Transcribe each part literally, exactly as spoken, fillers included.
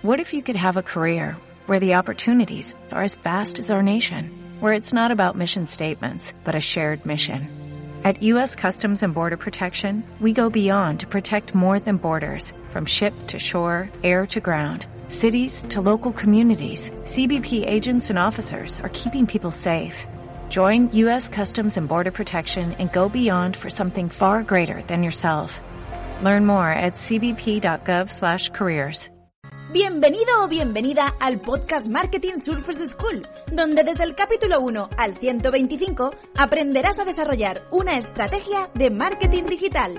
What if you could have a career where the opportunities are as vast as our nation, where it's not about mission statements, but a shared mission? At U S Customs and Border Protection, we go beyond to protect more than borders, from ship to shore, air to ground, cities to local communities. C B P agents and officers are keeping people safe. Join U S Customs and Border Protection and go beyond for something far greater than yourself. Learn more at c b p dot gov slash careers. Bienvenido o bienvenida al podcast Marketing Surfers School, donde desde el capítulo uno al ciento veinticinco aprenderás a desarrollar una estrategia de marketing digital.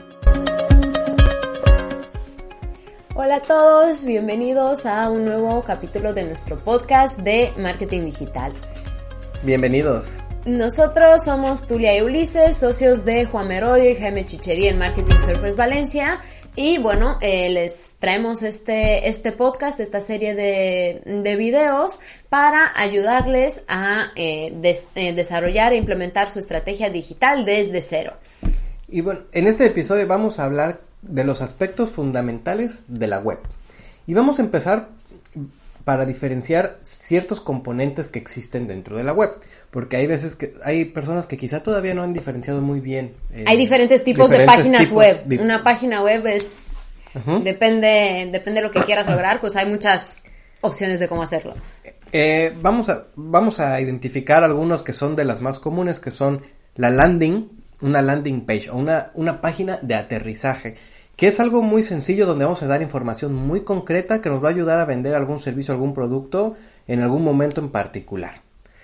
Hola a todos, bienvenidos a un nuevo capítulo de nuestro podcast de Marketing Digital. Bienvenidos. Nosotros somos Tulia y Ulises, socios de Juan Merodio y Jaime Chichería en Marketing Surfers Valencia. Y bueno, eh, les traemos este, este podcast, esta serie de, de videos para ayudarles a eh, des, eh, desarrollar e implementar su estrategia digital desde cero. Y bueno, en este episodio vamos a hablar de los aspectos fundamentales de la web. Y vamos a empezar para diferenciar ciertos componentes que existen dentro de la web. Porque hay veces que hay personas que quizá todavía no han diferenciado muy bien. Eh, hay diferentes tipos diferentes de páginas tipos web. De... Una página web es... Uh-huh. Depende, depende de lo que quieras lograr, pues hay muchas opciones de cómo hacerlo. Eh, vamos a, vamos a identificar algunos que son de las más comunes, que son la landing, una landing page o una, una página de aterrizaje, que es algo muy sencillo donde vamos a dar información muy concreta que nos va a ayudar a vender algún servicio, algún producto en algún momento en particular.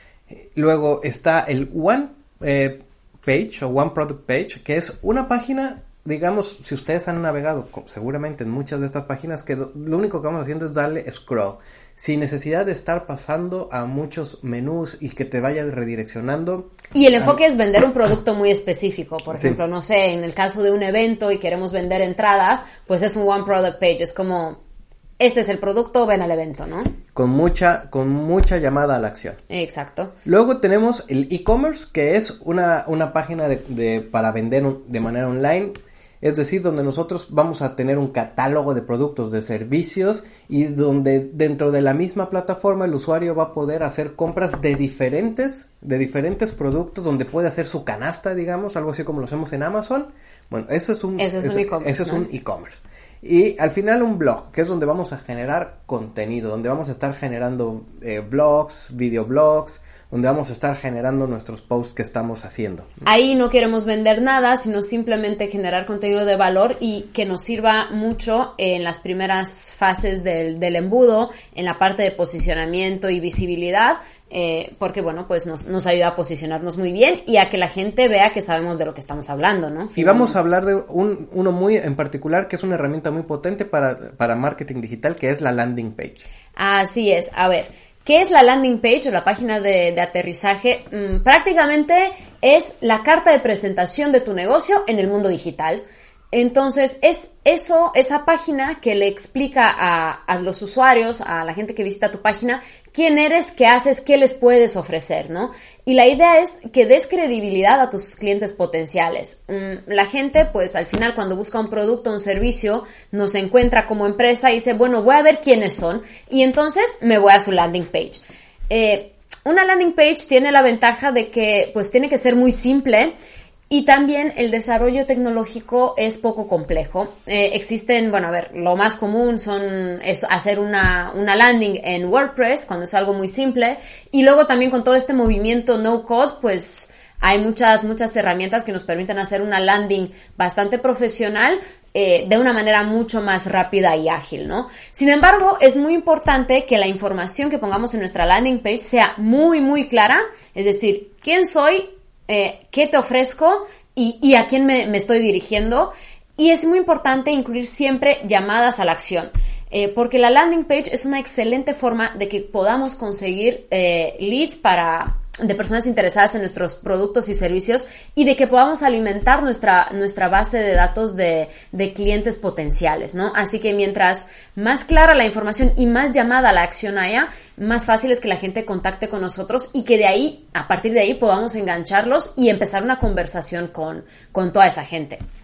Luego está el One eh, Page o One Product Page, que es una página, digamos, si ustedes han navegado seguramente en muchas de estas páginas, que lo único que vamos haciendo es darle scroll, sin necesidad de estar pasando a muchos menús y que te vaya redireccionando. Y el enfoque a... es vender un producto muy específico. Por sí. ejemplo, no sé, en el caso de un evento y queremos vender entradas, pues es un One Product Page, es como... Este es el producto, ven al evento, ¿no? Con mucha, con mucha llamada a la acción. Exacto. Luego tenemos el e-commerce, que es una, una página de, de, para vender un, de manera online. Es decir, donde nosotros vamos a tener un catálogo de productos, de servicios, y donde dentro de la misma plataforma el usuario va a poder hacer compras de diferentes, de diferentes productos, donde puede hacer su canasta, digamos, algo así como lo hacemos en Amazon. Bueno, eso es un, eso es un e-commerce. Eso es ¿no? un e-commerce. Y al final un blog, que es donde vamos a generar contenido, donde vamos a estar generando eh, blogs, videoblogs, donde vamos a estar generando nuestros posts que estamos haciendo. Ahí no queremos vender nada, sino simplemente generar contenido de valor y que nos sirva mucho en las primeras fases del, del embudo, en la parte de posicionamiento y visibilidad, eh, porque bueno, pues nos, nos ayuda a posicionarnos muy bien y a que la gente vea que sabemos de lo que estamos hablando, ¿no? Y vamos a hablar de un, uno muy en particular, que es una herramienta muy potente para, para marketing digital, que es la landing page. Así es, a ver... ¿Qué es la landing page o la página de, de aterrizaje? Mm, prácticamente es la carta de presentación de tu negocio en el mundo digital. Entonces, es eso, esa página que le explica a, a los usuarios, a la gente que visita tu página, quién eres, qué haces, qué les puedes ofrecer, ¿no? Y la idea es que des credibilidad a tus clientes potenciales. Mm, la gente, pues, al final, cuando busca un producto o un servicio, nos encuentra como empresa y dice, bueno, voy a ver quiénes son, y entonces me voy a su landing page. Eh, una landing page tiene la ventaja de que, pues, tiene que ser muy simple. Y también el desarrollo tecnológico es poco complejo. Eh, existen, bueno, a ver, lo más común son es hacer una, una landing en WordPress, cuando es algo muy simple. Y luego también con todo este movimiento no code, pues hay muchas, muchas herramientas que nos permiten hacer una landing bastante profesional, eh, de una manera mucho más rápida y ágil, ¿no? Sin embargo, es muy importante que la información que pongamos en nuestra landing page sea muy, muy clara. Es decir, ¿quién soy? Eh, qué te ofrezco y, y a quién me, me estoy dirigiendo, y es muy importante incluir siempre llamadas a la acción, eh, porque la landing page es una excelente forma de que podamos conseguir eh, leads para de personas interesadas en nuestros productos y servicios y de que podamos alimentar nuestra, nuestra base de datos de, de clientes potenciales, ¿no? Así que mientras más clara la información y más llamada a la acción haya, más fácil es que la gente contacte con nosotros y que de ahí, a partir de ahí, podamos engancharlos y empezar una conversación con, con toda esa gente.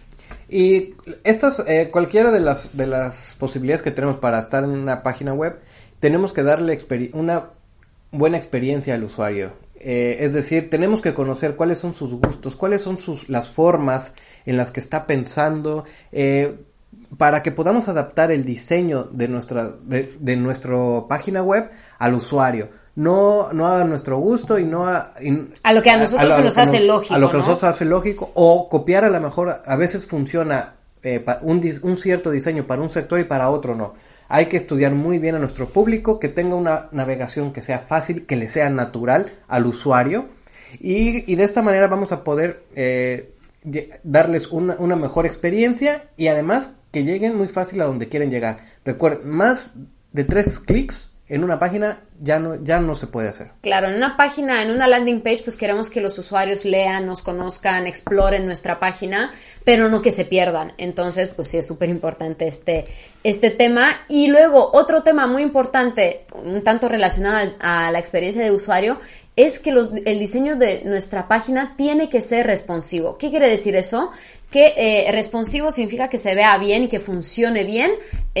Y estas, eh, cualquiera de las, de las posibilidades que tenemos para estar en una página web, tenemos que darle experi- una buena experiencia al usuario. Eh, es decir, tenemos que conocer cuáles son sus gustos, cuáles son sus, las formas en las que está pensando, eh, para que podamos adaptar el diseño de nuestra, de, de nuestra página web al usuario. No, no a nuestro gusto y no a... Y, a lo que a nosotros a, a se nos hace nos, lógico, A lo que a ¿no? nosotros hace lógico, o copiar a lo mejor, a veces funciona eh, un, un cierto diseño para un sector y para otro no. Hay que estudiar muy bien a nuestro público, que tenga una navegación que sea fácil, que le sea natural al usuario, y, y de esta manera vamos a poder eh, darles una, una mejor experiencia y además que lleguen muy fácil a donde quieren llegar. Recuerden, más de tres clics en una página ya no, ya no se puede hacer. Claro, en una página, en una landing page, pues queremos que los usuarios lean, nos conozcan, exploren nuestra página, pero no que se pierdan. Entonces, pues sí, es súper importante este, este tema. Y luego, otro tema muy importante, un tanto relacionado a la experiencia de usuario, es que los, el diseño de nuestra página tiene que ser responsivo. ¿Qué quiere decir eso? Que eh, responsivo significa que se vea bien y que funcione bien,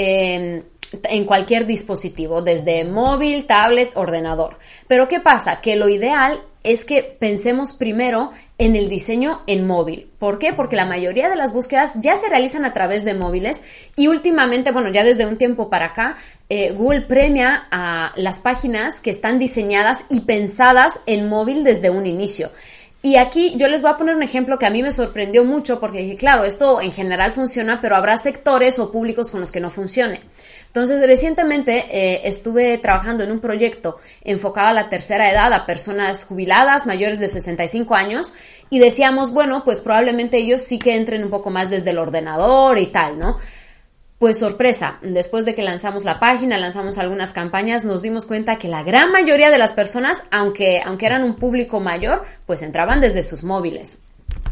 eh, en cualquier dispositivo, desde móvil, tablet, ordenador. Pero ¿qué pasa? Que lo ideal es que pensemos primero en el diseño en móvil. ¿Por qué? Porque la mayoría de las búsquedas ya se realizan a través de móviles y últimamente, bueno, ya desde un tiempo para acá, eh, Google premia a las páginas que están diseñadas y pensadas en móvil desde un inicio. Y aquí yo les voy a poner un ejemplo que a mí me sorprendió mucho porque dije, claro, esto en general funciona, pero habrá sectores o públicos con los que no funcione. Entonces, recientemente eh, estuve trabajando en un proyecto enfocado a la tercera edad, a personas jubiladas mayores de sesenta y cinco años, y decíamos, bueno, pues probablemente ellos sí que entren un poco más desde el ordenador y tal, ¿no? Pues sorpresa, después de que lanzamos la página, lanzamos algunas campañas, nos dimos cuenta que la gran mayoría de las personas, aunque, aunque eran un público mayor, pues entraban desde sus móviles.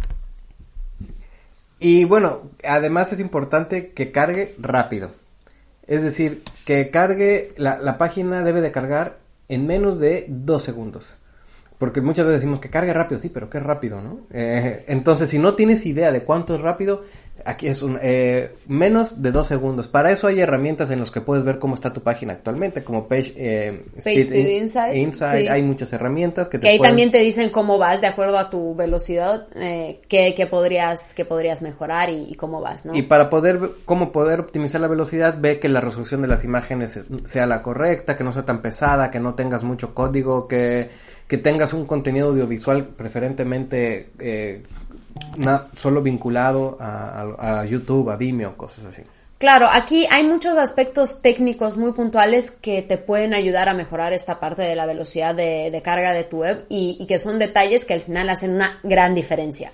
Y bueno, además es importante que cargue rápido. Es decir, que cargue, la, la página debe de cargar en menos de dos segundos. Porque muchas veces decimos que cargue rápido, sí, pero qué rápido, ¿no? Eh, entonces, si no tienes idea de cuánto es rápido, aquí es un eh, menos de dos segundos. Para eso hay herramientas en las que puedes ver cómo está tu página actualmente, como Page, eh, Page Speed, Speed Insights. Insight, sí. Hay muchas herramientas que te que ahí pueden... también te dicen cómo vas de acuerdo a tu velocidad, eh, qué, qué podrías, qué podrías mejorar y, y cómo vas, ¿no? Y para poder, cómo poder optimizar la velocidad, ve que la resolución de las imágenes sea la correcta, que no sea tan pesada, que no tengas mucho código, que... que tengas un contenido audiovisual preferentemente eh, na, solo vinculado a, a, a YouTube, a Vimeo, cosas así. Claro, aquí hay muchos aspectos técnicos muy puntuales que te pueden ayudar a mejorar esta parte de la velocidad de, de carga de tu web y, y que son detalles que al final hacen una gran diferencia.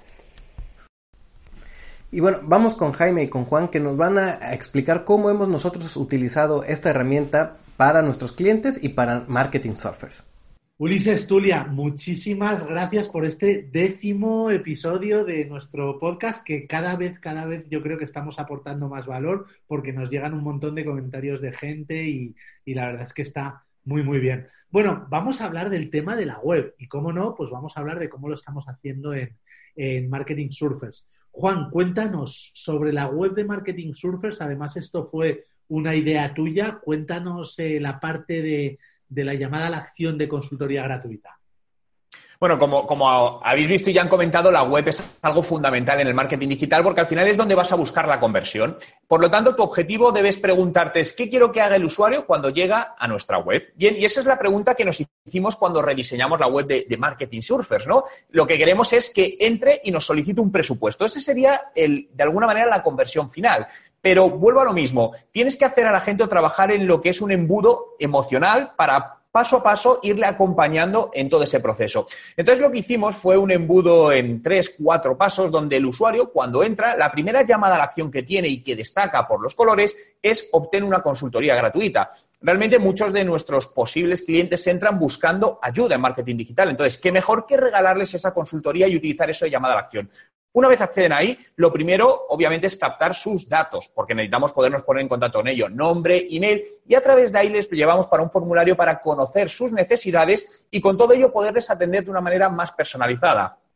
Y bueno, vamos con Jaime y con Juan que nos van a explicar cómo hemos nosotros utilizado esta herramienta para nuestros clientes y para Marketing Surfers. Ulises, Tulia, muchísimas gracias por este décimo episodio de nuestro podcast que cada vez, cada vez yo creo que estamos aportando más valor porque nos llegan un montón de comentarios de gente y, y la verdad es que está muy, muy bien. Bueno, vamos a hablar del tema de la web y cómo no, pues vamos a hablar de cómo lo estamos haciendo en, en Marketing Surfers. Juan, cuéntanos sobre la web de Marketing Surfers, además esto fue una idea tuya, cuéntanos eh, la parte de... de la llamada a la acción de consultoría gratuita. Bueno, como, como habéis visto y ya han comentado, la web es algo fundamental en el marketing digital porque al final es donde vas a buscar la conversión. Por lo tanto, tu objetivo debes preguntarte es ¿qué quiero que haga el usuario cuando llega a nuestra web? Bien, y esa es la pregunta que nos hicimos cuando rediseñamos la web de, de Marketing Surfers, ¿no? Lo que queremos es que entre y nos solicite un presupuesto. Ese sería, el, de alguna manera, la conversión final. Pero vuelvo a lo mismo. Tienes que hacer a la gente o trabajar en lo que es un embudo emocional para paso a paso irle acompañando en todo ese proceso. Entonces lo que hicimos fue un embudo en tres, cuatro pasos donde el usuario cuando entra, la primera llamada a la acción que tiene y que destaca por los colores es obtener una consultoría gratuita. Realmente muchos de nuestros posibles clientes entran buscando ayuda en marketing digital. Entonces, ¿qué mejor que regalarles esa consultoría y utilizar eso de llamada a la acción? Una vez acceden ahí, lo primero, obviamente, es captar sus datos, porque necesitamos podernos poner en contacto con ellos, nombre, email, y a través de ahí les llevamos para un formulario para conocer sus necesidades y con todo ello poderles atender de una manera más personalizada.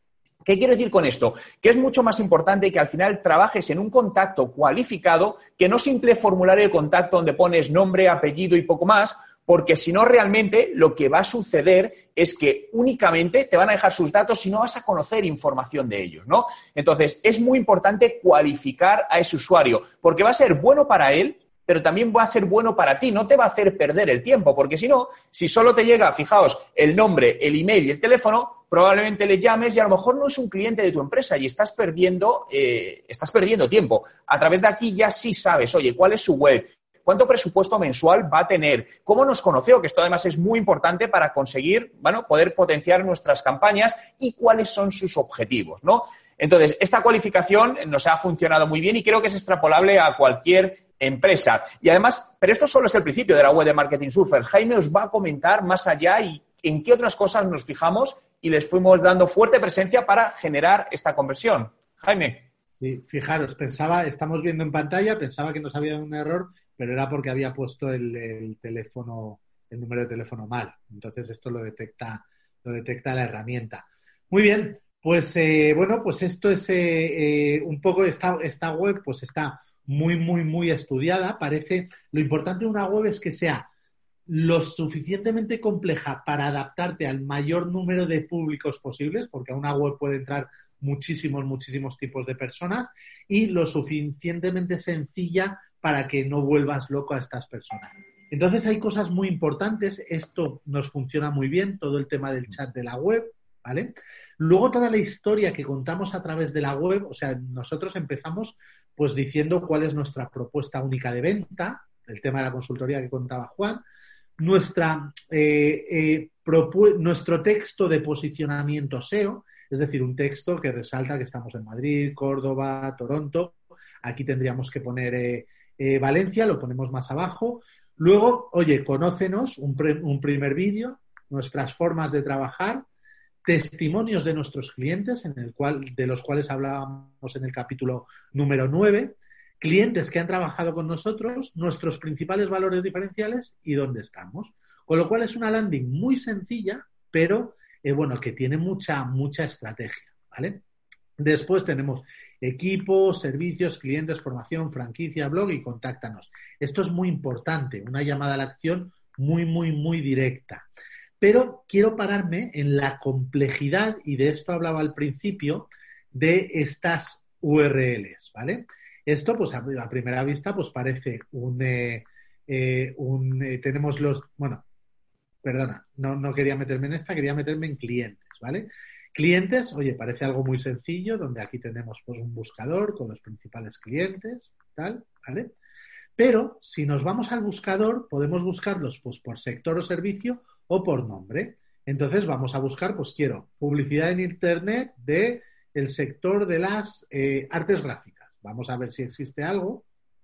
¿Qué quiero decir con esto? Que es mucho más importante que al final trabajes en un contacto cualificado que no simple formulario de contacto donde pones nombre, apellido y poco más, porque si no realmente lo que va a suceder es que únicamente te van a dejar sus datos y no vas a conocer información de ellos, ¿no? Entonces, es muy importante cualificar a ese usuario, porque va a ser bueno para él, pero también va a ser bueno para ti, no te va a hacer perder el tiempo, porque si no, si solo te llega, fijaos, el nombre, el email y el teléfono, probablemente le llames y a lo mejor no es un cliente de tu empresa y estás perdiendo, eh, estás perdiendo tiempo. A través de aquí ya sí sabes, oye, ¿cuál es su web? ¿Cuánto presupuesto mensual va a tener? ¿Cómo nos conoció? Que esto además es muy importante para conseguir, bueno, poder potenciar nuestras campañas y cuáles son sus objetivos, ¿no? Entonces, esta cualificación nos ha funcionado muy bien y creo que es extrapolable a cualquier empresa. Y además, pero esto solo es el principio de la web de Marketing Surfer. Jaime os va a comentar más allá y en qué otras cosas nos fijamos y les fuimos dando fuerte presencia para generar esta conversión. Jaime. Sí, fijaros, pensaba, estamos viendo en pantalla, pensaba que nos había dado un error, pero era porque había puesto el, el teléfono, el número de teléfono mal. Entonces esto lo detecta, lo detecta la herramienta. Muy bien, pues eh, bueno, pues esto es eh, eh, un poco, esta, esta web pues está muy, muy, muy estudiada. Parece, lo importante de una web es que sea lo suficientemente compleja para adaptarte al mayor número de públicos posibles, porque a una web puede entrar muchísimos, muchísimos tipos de personas, y lo suficientemente sencilla para que no vuelvas loco a estas personas. Entonces hay cosas muy importantes. Esto nos funciona muy bien, todo el tema del chat de la web, ¿vale? Luego toda la historia que contamos a través de la web, o sea, nosotros empezamos pues diciendo cuál es nuestra propuesta única de venta, el tema de la consultoría que contaba Juan, nuestra, eh, eh, propu- nuestro texto de posicionamiento S E O, es decir, un texto que resalta que estamos en Madrid, Córdoba, Toronto. Aquí tendríamos que poner eh, eh, Valencia, lo ponemos más abajo. Luego, oye, conócenos, un, pre- un primer vídeo, nuestras formas de trabajar, testimonios de nuestros clientes, en el cual, de los cuales hablábamos en el capítulo número nueve, clientes que han trabajado con nosotros, nuestros principales valores diferenciales y dónde estamos. Con lo cual es una landing muy sencilla, pero eh, bueno, que tiene mucha, mucha estrategia, ¿vale? Después tenemos equipo, servicios, clientes, formación, franquicia, blog y contáctanos. Esto es muy importante, una llamada a la acción muy, muy, muy directa. Pero quiero pararme en la complejidad, y de esto hablaba al principio, de estas U R Ls, ¿vale? Esto, pues a, a primera vista, pues parece un... Eh, eh, un eh, tenemos los... Bueno, perdona, no, no quería meterme en esta, quería meterme en clientes, ¿vale? Clientes, oye, parece algo muy sencillo, donde aquí tenemos pues un buscador con los principales clientes, tal, ¿vale? Pero si nos vamos al buscador, podemos buscarlos pues por sector o servicio o por nombre. Entonces vamos a buscar, pues quiero publicidad en Internet de el sector de las eh, artes gráficas. Vamos a ver si existe algo.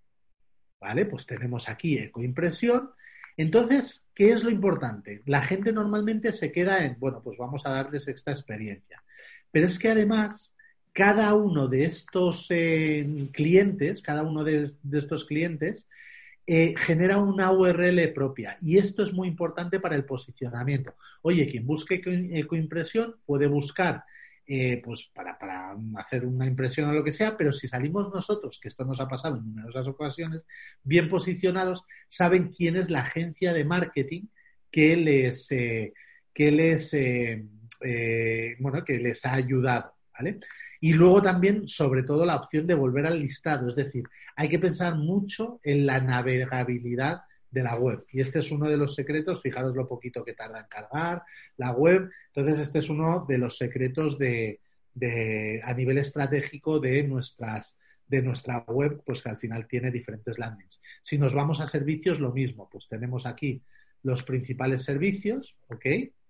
Vale, pues tenemos aquí ecoimpresión. Entonces, ¿qué es lo importante? La gente normalmente se queda en, bueno, pues vamos a darles esta experiencia. Pero es que además, cada uno de estos eh, clientes, cada uno de, de estos clientes, eh, genera una U R L propia. Y esto es muy importante para el posicionamiento. Oye, quien busque ecoimpresión puede buscar Eh, pues para, para hacer una impresión o lo que sea, pero si salimos nosotros, que esto nos ha pasado en numerosas ocasiones, bien posicionados, saben quién es la agencia de marketing que les, eh, que les, eh, eh, bueno, que les ha ayudado, ¿vale? Y luego también, sobre todo, la opción de volver al listado, es decir, hay que pensar mucho en la navegabilidad de la web. Y este es uno de los secretos, fijaros lo poquito que tarda en cargar la web. Entonces, este es uno de los secretos de, de a nivel estratégico de nuestras de nuestra web, pues que al final tiene diferentes landings. Si nos vamos a servicios, lo mismo. Pues tenemos aquí los principales servicios, ¿ok?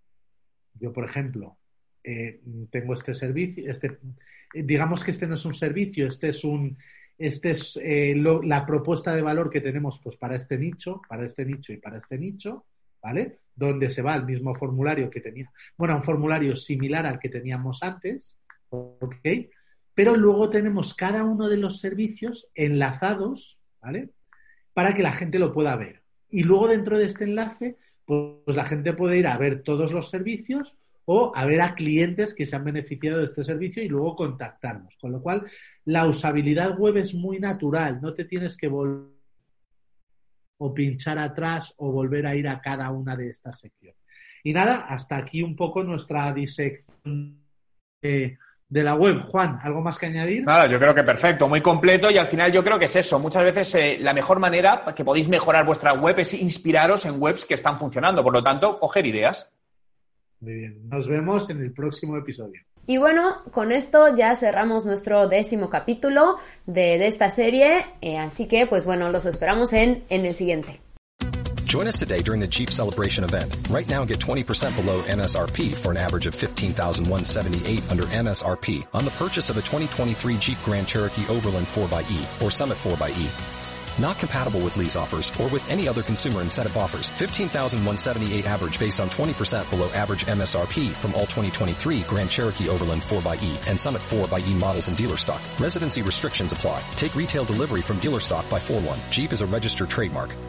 Yo, por ejemplo, eh, tengo este servicio, este, digamos que este no es un servicio, este es un Esta es eh, lo, la propuesta de valor que tenemos pues para este nicho, para este nicho y para este nicho, ¿vale? Donde se va el mismo formulario que tenía, bueno, un formulario similar al que teníamos antes, ¿ok? Pero luego tenemos cada uno de los servicios enlazados, ¿vale? Para que la gente lo pueda ver. Y luego dentro de este enlace, pues la gente puede ir a ver todos los servicios o a ver a clientes que se han beneficiado de este servicio y luego contactarnos. Con lo cual, la usabilidad web es muy natural, no te tienes que volver o pinchar atrás o volver a ir a cada una de estas secciones. Y nada, hasta aquí un poco nuestra disección de, de la web. Juan, ¿algo más que añadir? Nada, yo creo que perfecto, muy completo, y al final yo creo que es eso. Muchas veces eh, la mejor manera que podéis mejorar vuestra web es inspiraros en webs que están funcionando. Por lo tanto, coger ideas. Muy bien, nos vemos en el próximo episodio. Y bueno, con esto ya cerramos nuestro décimo capítulo de, de esta serie, eh, así que pues bueno, los esperamos en, en el siguiente. Join us today during the Jeep Celebration event. Right now, get twenty percent below M S R P for an average of fifteen thousand one hundred seventy-eight dollars under M S R P on the purchase of a twenty twenty-three Jeep Grand Cherokee Overland four by E or Summit four by E. Not compatible with lease offers or with any other consumer incentive offers. fifteen thousand one hundred seventy-eight dollars average based on twenty percent below average M S R P from all twenty twenty-three Grand Cherokee Overland four by E and Summit four by E models in dealer stock. Residency restrictions apply. Take retail delivery from dealer stock by four one. Jeep is a registered trademark.